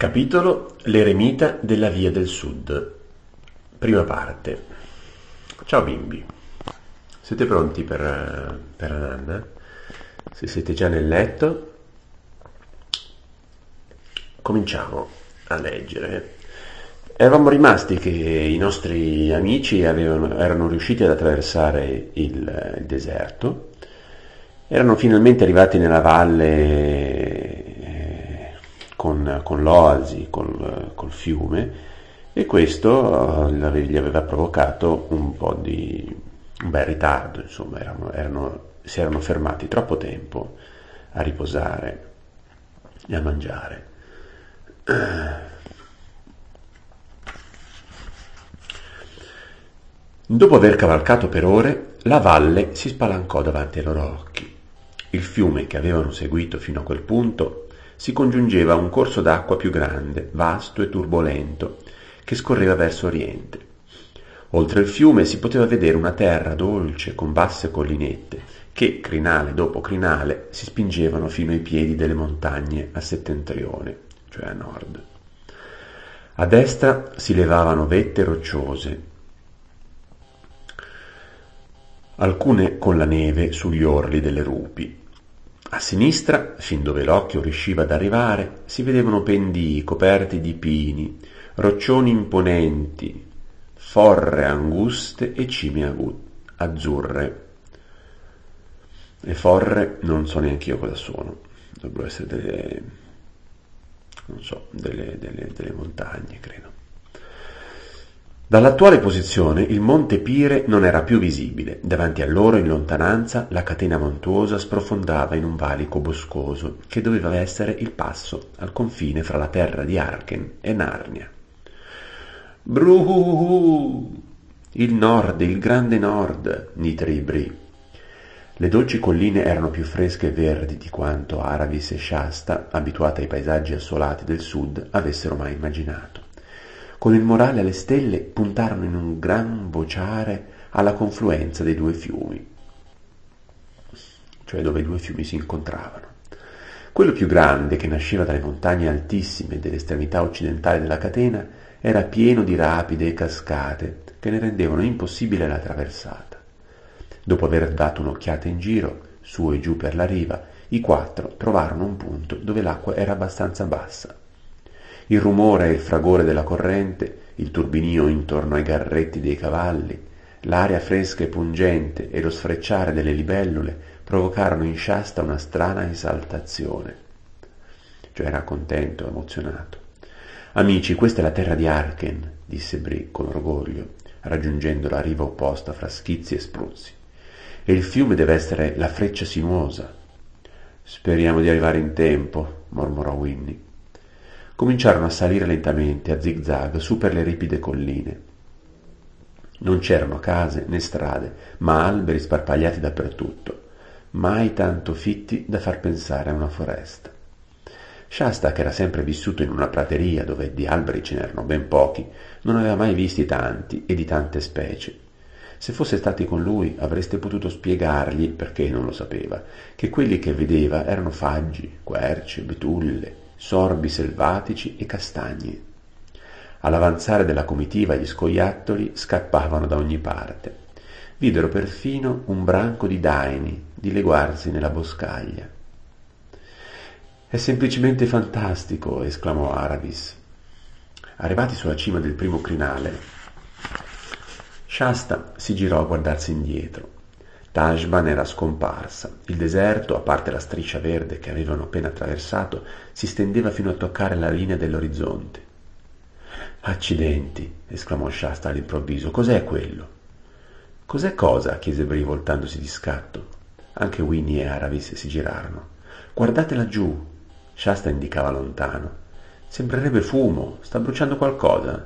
Capitolo L'eremita della Via del Sud. Prima parte. Ciao bimbi. Siete pronti per Ananna? Se siete già nel letto, cominciamo a leggere. Eravamo rimasti che i nostri amici erano riusciti ad attraversare il deserto, erano finalmente arrivati nella valle con l'oasi, col fiume, e questo gli aveva provocato un bel ritardo, insomma, si erano fermati troppo tempo a riposare e a mangiare. Dopo aver cavalcato per ore, la valle si spalancò davanti ai loro occhi. Il fiume che avevano seguito fino a quel punto si congiungeva a un corso d'acqua più grande, vasto e turbolento, che scorreva verso oriente. Oltre il fiume si poteva vedere una terra dolce con basse collinette che, crinale dopo crinale, si spingevano fino ai piedi delle montagne a settentrione, cioè a nord. A destra si levavano vette rocciose, alcune con la neve sugli orli delle rupi. A sinistra, fin dove l'occhio riusciva ad arrivare, si vedevano pendii coperti di pini, roccioni imponenti, forre anguste e cime azzurre. Le forre non so neanche io cosa sono, dovrebbero essere delle montagne, credo. Dall'attuale posizione il monte Pire non era più visibile. Davanti a loro, in lontananza, la catena montuosa sprofondava in un valico boscoso che doveva essere il passo al confine fra la terra di Arken e Narnia. Bruhuhu! Il nord, il grande nord, nitrì Bree. Le dolci colline erano più fresche e verdi di quanto Aravis e Shasta, abituate ai paesaggi assolati del sud, avessero mai immaginato. Con il morale alle stelle puntarono in un gran vociare alla confluenza dei due fiumi, cioè dove i due fiumi si incontravano. Quello più grande, che nasceva dalle montagne altissime dell'estremità occidentale della catena, era pieno di rapide e cascate che ne rendevano impossibile la traversata. Dopo aver dato un'occhiata in giro, su e giù per la riva, i quattro trovarono un punto dove l'acqua era abbastanza bassa. Il rumore e il fragore della corrente, il turbinio intorno ai garretti dei cavalli, l'aria fresca e pungente e lo sfrecciare delle libellule provocarono in Shasta una strana esaltazione. Cioè era contento, emozionato. «Amici, questa è la terra di Arken», disse Bree con orgoglio, raggiungendo la riva opposta fra schizzi e spruzzi. «E il fiume deve essere la freccia sinuosa». «Speriamo di arrivare in tempo», mormorò Winnie. Cominciarono a salire lentamente, a zig-zag, su per le ripide colline. Non c'erano case né strade, ma alberi sparpagliati dappertutto, mai tanto fitti da far pensare a una foresta. Shasta, che era sempre vissuto in una prateria dove di alberi ce n'erano ben pochi, non aveva mai visti tanti e di tante specie. Se fosse stati con lui avreste potuto spiegargli, perché non lo sapeva, che quelli che vedeva erano faggi, querce, betulle, sorbi selvatici e castagni. All'avanzare della comitiva gli scoiattoli scappavano da ogni parte. Videro perfino un branco di daini dileguarsi nella boscaglia. «È semplicemente fantastico», esclamò Aravis. Arrivati sulla cima del primo crinale, Shasta si girò a guardarsi indietro. Tajban era scomparsa. Il deserto, a parte la striscia verde che avevano appena attraversato, si stendeva fino a toccare la linea dell'orizzonte. «Accidenti!» esclamò Shasta all'improvviso. «Cos'è quello?» «Cos'è cosa?» chiese Bree voltandosi di scatto. Anche Winnie e Aravis si girarono. «Guardate laggiù!» Shasta indicava lontano. «Sembrerebbe fumo. Sta bruciando qualcosa?»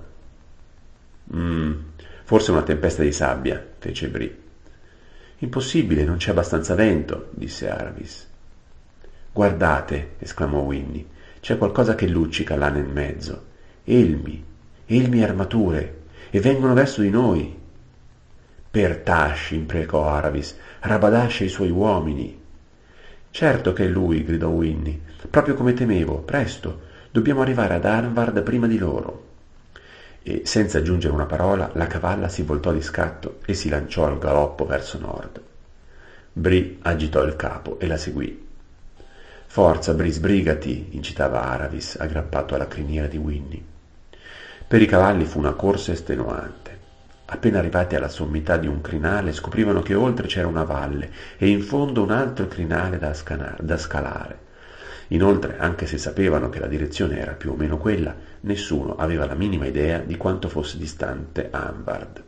Forse una tempesta di sabbia», fece Bree. «Impossibile, non c'è abbastanza vento», disse Aravis. «Guardate», esclamò Winnie, «c'è qualcosa che luccica là nel mezzo. Elmi e armature, e vengono verso di noi». «Per Tash», imprecò Aravis, «Rabadash e i suoi uomini». «Certo che è lui», gridò Winnie, «proprio come temevo. Presto, Dobbiamo arrivare ad Arnvard prima di loro. E senza aggiungere una parola, la cavalla si voltò di scatto e si lanciò al galoppo verso nord. Bree agitò il capo e la seguì. Forza, Bree, sbrigati, incitava Aravis, aggrappato alla criniera di Winnie. Per i cavalli fu una corsa estenuante. Appena arrivati alla sommità di un crinale, scoprivano che oltre c'era una valle e in fondo un altro crinale da scalare. Inoltre, anche se sapevano che la direzione era più o meno quella, nessuno aveva la minima idea di quanto fosse distante Arnvard.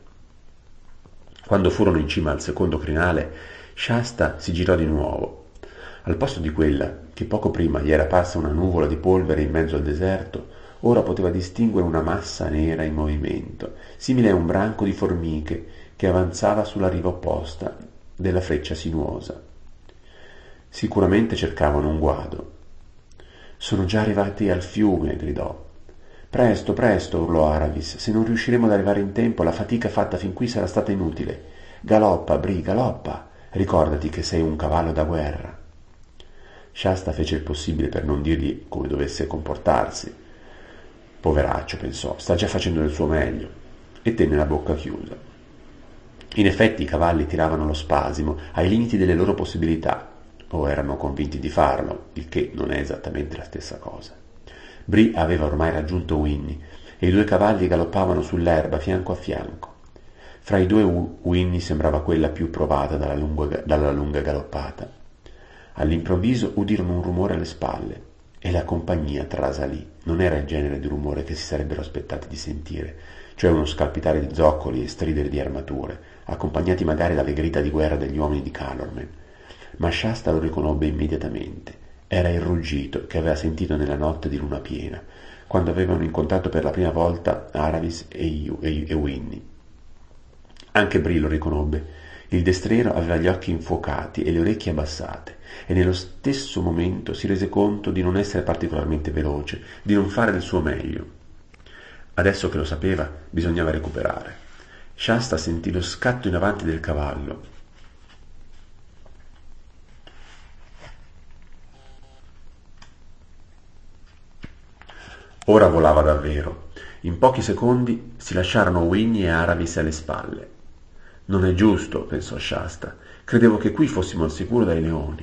Quando furono in cima al secondo crinale, Shasta si girò di nuovo. Al posto di quella che poco prima gli era parsa una nuvola di polvere in mezzo al deserto, ora poteva distinguere una massa nera in movimento, simile a un branco di formiche che avanzava sulla riva opposta della freccia sinuosa. Sicuramente cercavano un guado. «Sono già arrivati al fiume», gridò. «Presto, presto», urlò Aravis. «Se non riusciremo ad arrivare in tempo, la fatica fatta fin qui sarà stata inutile. Galoppa, Bree, galoppa! Ricordati che sei un cavallo da guerra». Shasta fece il possibile per non dirgli come dovesse comportarsi. «Poveraccio», pensò, «sta già facendo del suo meglio», e tenne la bocca chiusa. In effetti i cavalli tiravano lo spasimo ai limiti delle loro possibilità, o erano convinti di farlo, il che non è esattamente la stessa cosa. Bree aveva ormai raggiunto Winnie e i due cavalli galoppavano sull'erba fianco a fianco. Fra i due Winnie sembrava quella più provata dalla lunga galoppata. All'improvviso udirono un rumore alle spalle e la compagnia trasalì. Non era il genere di rumore che si sarebbero aspettati di sentire, cioè uno scalpitare di zoccoli e stridere di armature, accompagnati magari dalle grida di guerra degli uomini di Calormen. Ma Shasta lo riconobbe immediatamente. Era il ruggito che aveva sentito nella notte di luna piena, quando avevano incontrato per la prima volta Aravis e Winnie. Anche Bree lo riconobbe. Il destriero aveva gli occhi infuocati e le orecchie abbassate, e nello stesso momento si rese conto di non essere particolarmente veloce, di non fare del suo meglio. Adesso che lo sapeva, bisognava recuperare. Shasta sentì lo scatto in avanti del cavallo. Ora volava davvero. In pochi secondi si lasciarono Winnie e Aravis alle spalle. «Non è giusto», pensò Shasta. «Credevo che qui fossimo al sicuro dai leoni».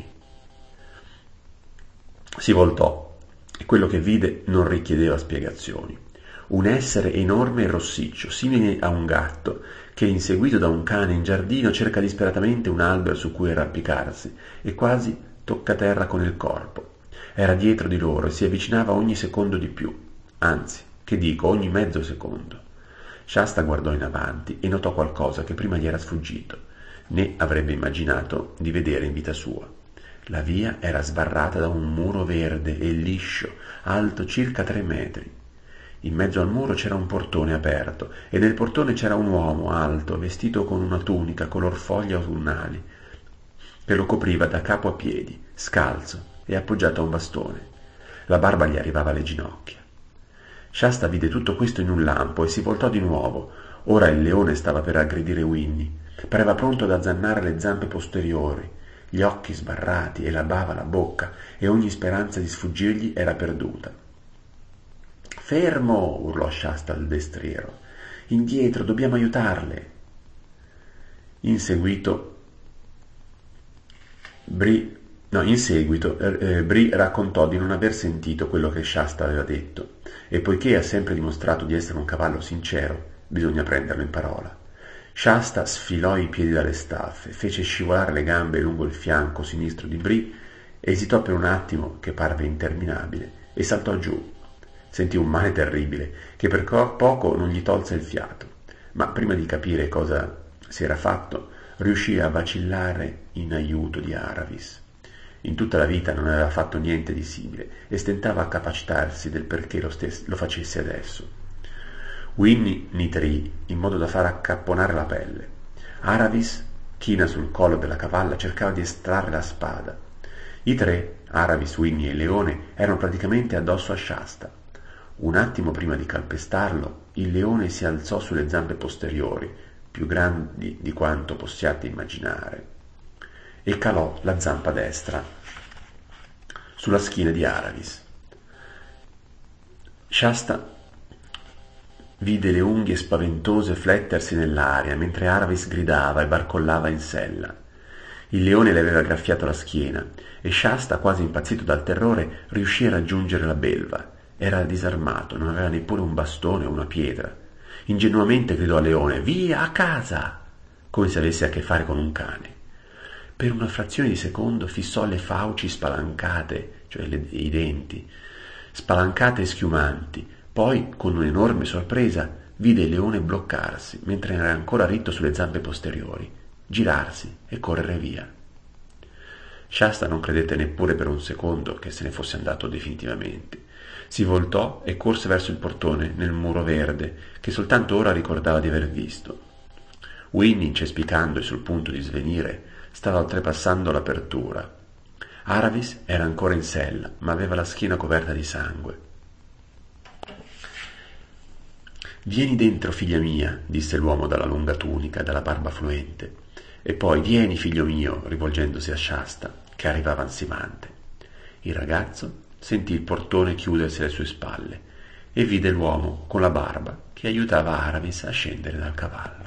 Si voltò e quello che vide non richiedeva spiegazioni. Un essere enorme e rossiccio, simile a un gatto, che inseguito da un cane in giardino cerca disperatamente un albero su cui arrampicarsi e quasi tocca terra con il corpo. Era dietro di loro e si avvicinava ogni secondo di più. Anzi, che dico, ogni mezzo secondo. Shasta guardò in avanti e notò qualcosa che prima gli era sfuggito, né avrebbe immaginato di vedere in vita sua. La via era sbarrata da un muro verde e liscio, alto circa 3 metri. In mezzo al muro c'era un portone aperto e nel portone c'era un uomo alto, vestito con una tunica color foglia autunnali, che lo copriva da capo a piedi, scalzo e appoggiato a un bastone. La barba gli arrivava alle ginocchia. Shasta vide tutto questo in un lampo e si voltò di nuovo. Ora il leone stava per aggredire Winnie. Pareva pronto ad azzannare le zampe posteriori, gli occhi sbarrati e la bava alla bocca, e ogni speranza di sfuggirgli era perduta. «Fermo!» urlò Shasta al destriero. «Indietro, dobbiamo aiutarle!» In seguito Bree raccontò di non aver sentito quello che Shasta aveva detto, e poiché ha sempre dimostrato di essere un cavallo sincero, bisogna prenderlo in parola. Shasta sfilò i piedi dalle staffe, fece scivolare le gambe lungo il fianco sinistro di Bree, esitò per un attimo che parve interminabile e saltò giù. Sentì un male terribile che per poco non gli tolse il fiato, ma prima di capire cosa si era fatto riuscì a vacillare in aiuto di Aravis. In tutta la vita non aveva fatto niente di simile e stentava a capacitarsi del perché lo facesse adesso. Winnie nitrì in modo da far accapponare la pelle. Aravis, china sul collo della cavalla, cercava di estrarre la spada. I tre, Aravis, Winnie e il leone, erano praticamente addosso a Shasta. Un attimo prima di calpestarlo, il leone si alzò sulle zampe posteriori, più grandi di quanto possiate immaginare, e calò la zampa destra sulla schiena di Aravis. Shasta vide le unghie spaventose flettersi nell'aria mentre Aravis gridava e barcollava in sella. Il leone le aveva graffiato la schiena e Shasta, quasi impazzito dal terrore, riuscì a raggiungere la belva. Era disarmato, non aveva neppure un bastone o una pietra. Ingenuamente gridò al leone: «Via, a casa!», come se avesse a che fare con un cane. Per una frazione di secondo fissò le fauci spalancate, cioè i denti, spalancate e schiumanti. Poi, con un'enorme sorpresa, vide il leone bloccarsi, mentre era ancora ritto sulle zampe posteriori, girarsi e correre via. Shasta non credette neppure per un secondo che se ne fosse andato definitivamente. Si voltò e corse verso il portone nel muro verde, che soltanto ora ricordava di aver visto. Winnie, incespicando e sul punto di svenire, stava oltrepassando l'apertura. Aravis era ancora in sella, ma aveva la schiena coperta di sangue. «Vieni dentro, figlia mia», disse l'uomo dalla lunga tunica e dalla barba fluente. E poi: «Vieni, figlio mio», rivolgendosi a Shasta, che arrivava ansimante. Il ragazzo sentì il portone chiudersi alle sue spalle e vide l'uomo con la barba che aiutava Aravis a scendere dal cavallo.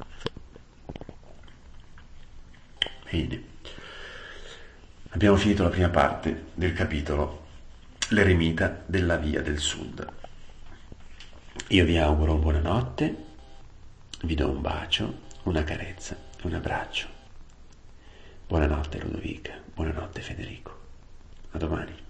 Bene, abbiamo finito la prima parte del capitolo L'eremita della Via del Sud. Io vi auguro buonanotte, vi do un bacio, una carezza, un abbraccio. Buonanotte Ludovica, buonanotte Federico. A domani.